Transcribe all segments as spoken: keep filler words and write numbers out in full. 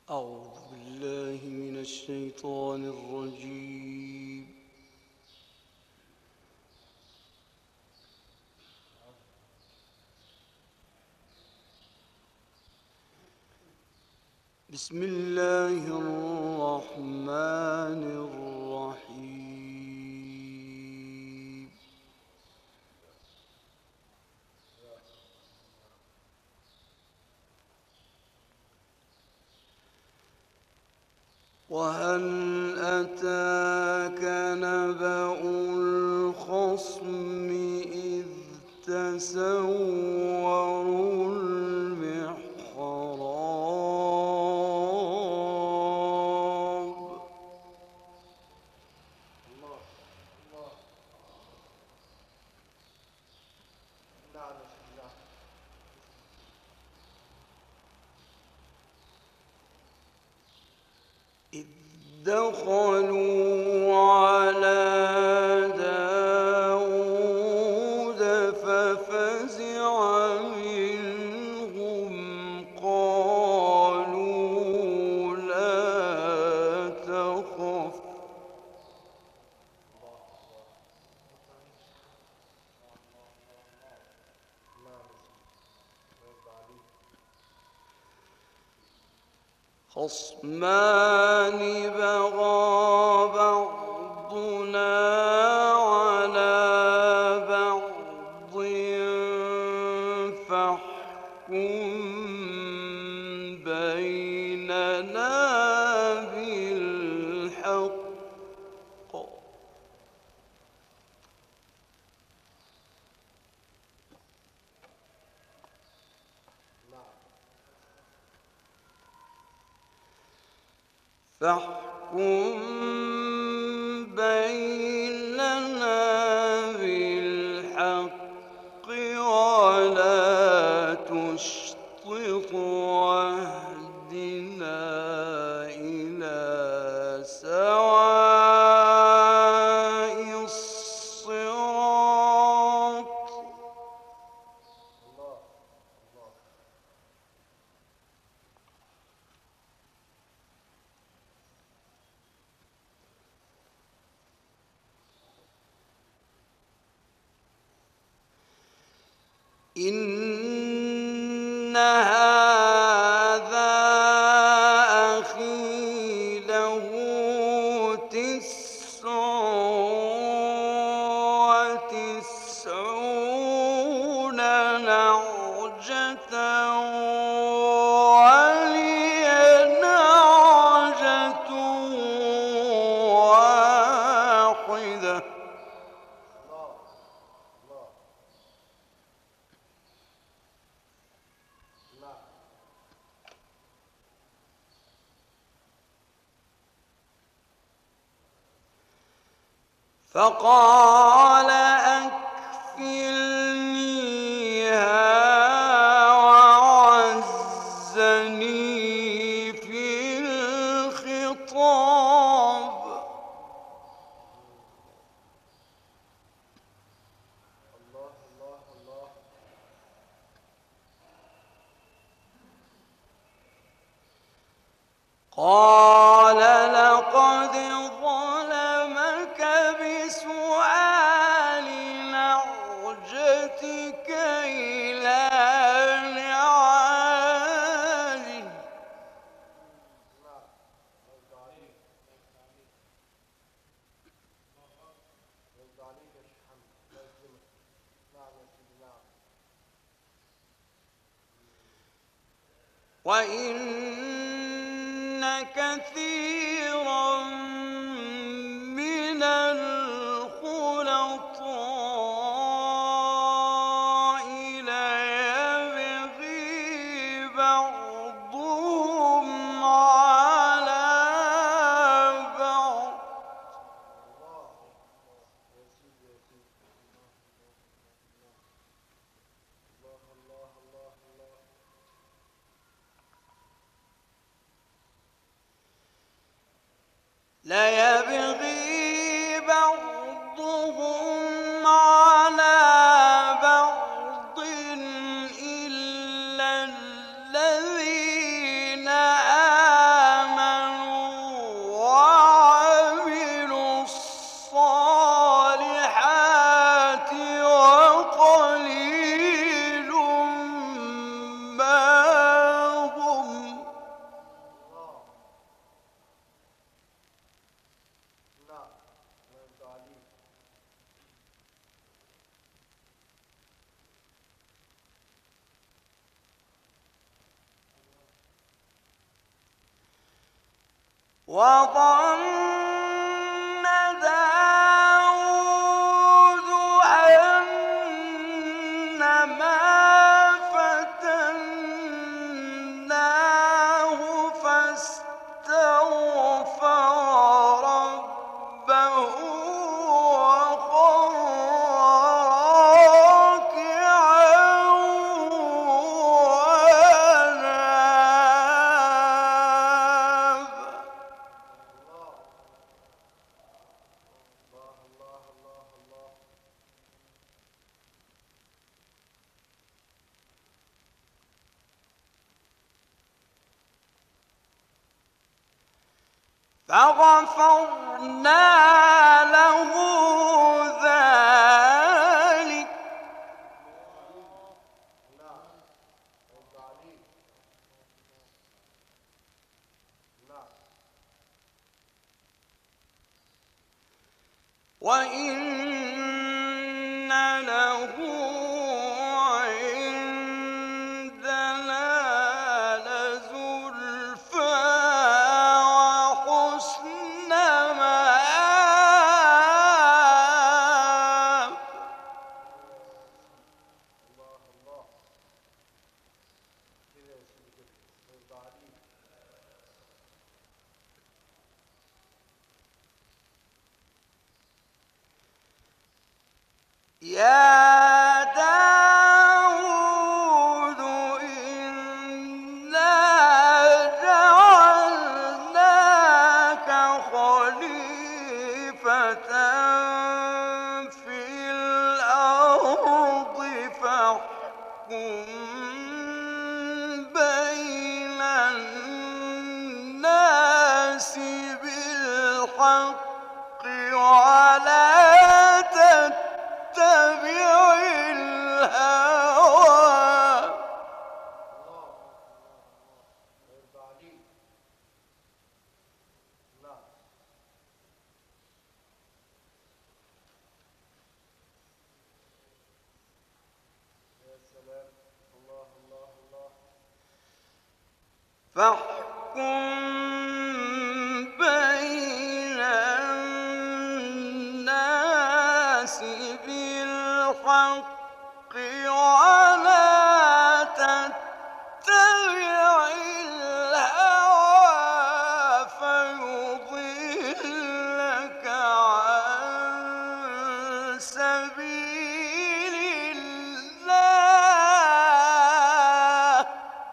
أعوذ بالله من الشيطان الرجيم. بسم الله الرحمن الرحيم. وهل أتاك نبأ الخصم إذ تسوروا المحراب إذ دخلوا على داود ففزع منهم قالوا لا تخف خصمان بغى بعضنا على بعض فاحكم بيننا بالحق فاحكم بيننا بالحق ولا تشطط واهدنا إلى سواء الصراط إن هذا أخي له تسع وتسعون نعجة ولي نعجة واحدة فقال أكفلنيها وعزني في الخطاب قال لقد ظلمك بسؤال نعجتك إلى نعاجه وإن كثيرا من الخلطاء ليبغي بعضهم على بعض ليبغي بعضهم على بعض إلا الذين وظن داود أنما فتناه فاستغفر ربه وخر راكعا وأناب. فغفرنا له ذلك وإن له عندنا لزلفى وحسن مآب. يا داود إنا جعلناك خليفة في الأرض فاحكم بين الناس بالحق ولا تتبع الهوى فاحكم بين الناس بالحق ولا تتبع الهوى فيضلك عن سبيل الله.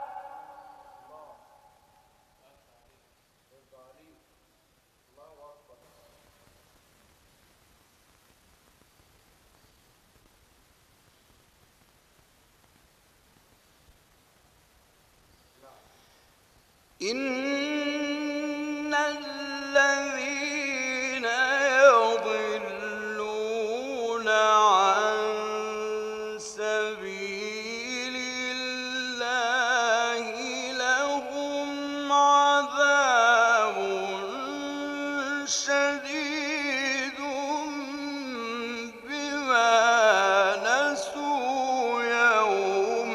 إن الذين يضلون عن سبيل الله لهم عذاب شديد بما نسوا يوم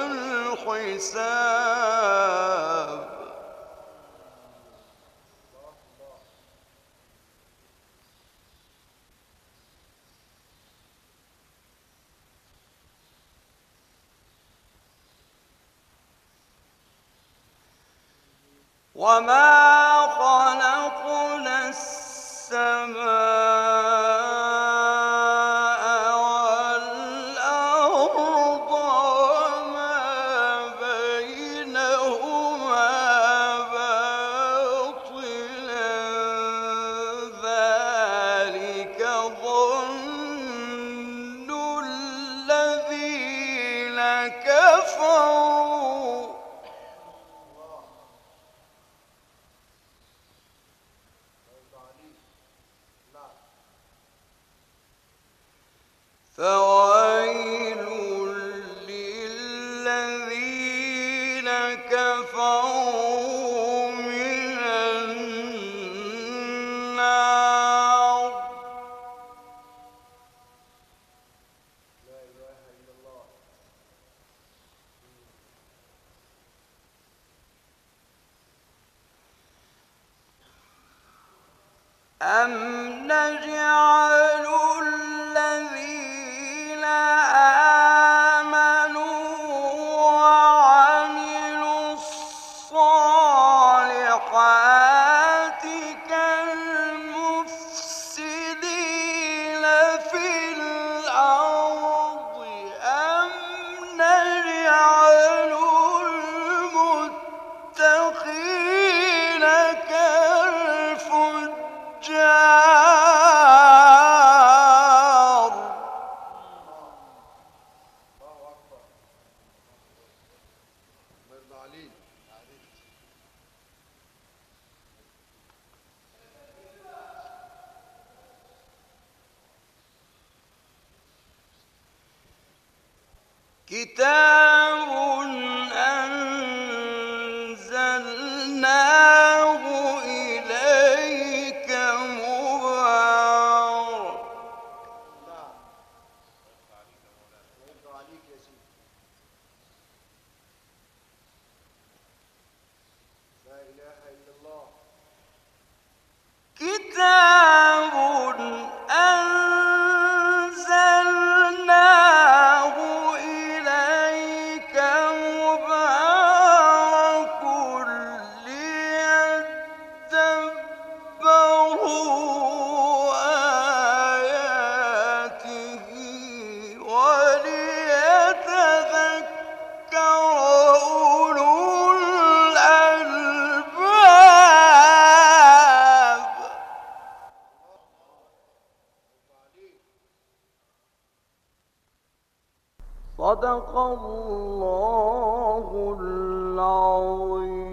الحساب. وما خلقنا السماء والأرض وما بينهما باطلا ذلك ظن الذين كفروا أَمْ نَجْعَلُ الَّذِينَ آمَنُوا وَعَمِلُوا الصَّالِحَاتِ كَالْمُفْسِدِينَ فِي الْأَرْضِ أَمْ نَجْعَلُ الْمُتَّقِينَ كَالْفُجَّارِ. كتاب أنزلناه إليك مبارك كتاب أنزلناه إليك مبارك ليدبروا آياته وليتذكر أولو الألباب. صدق الله العظيم.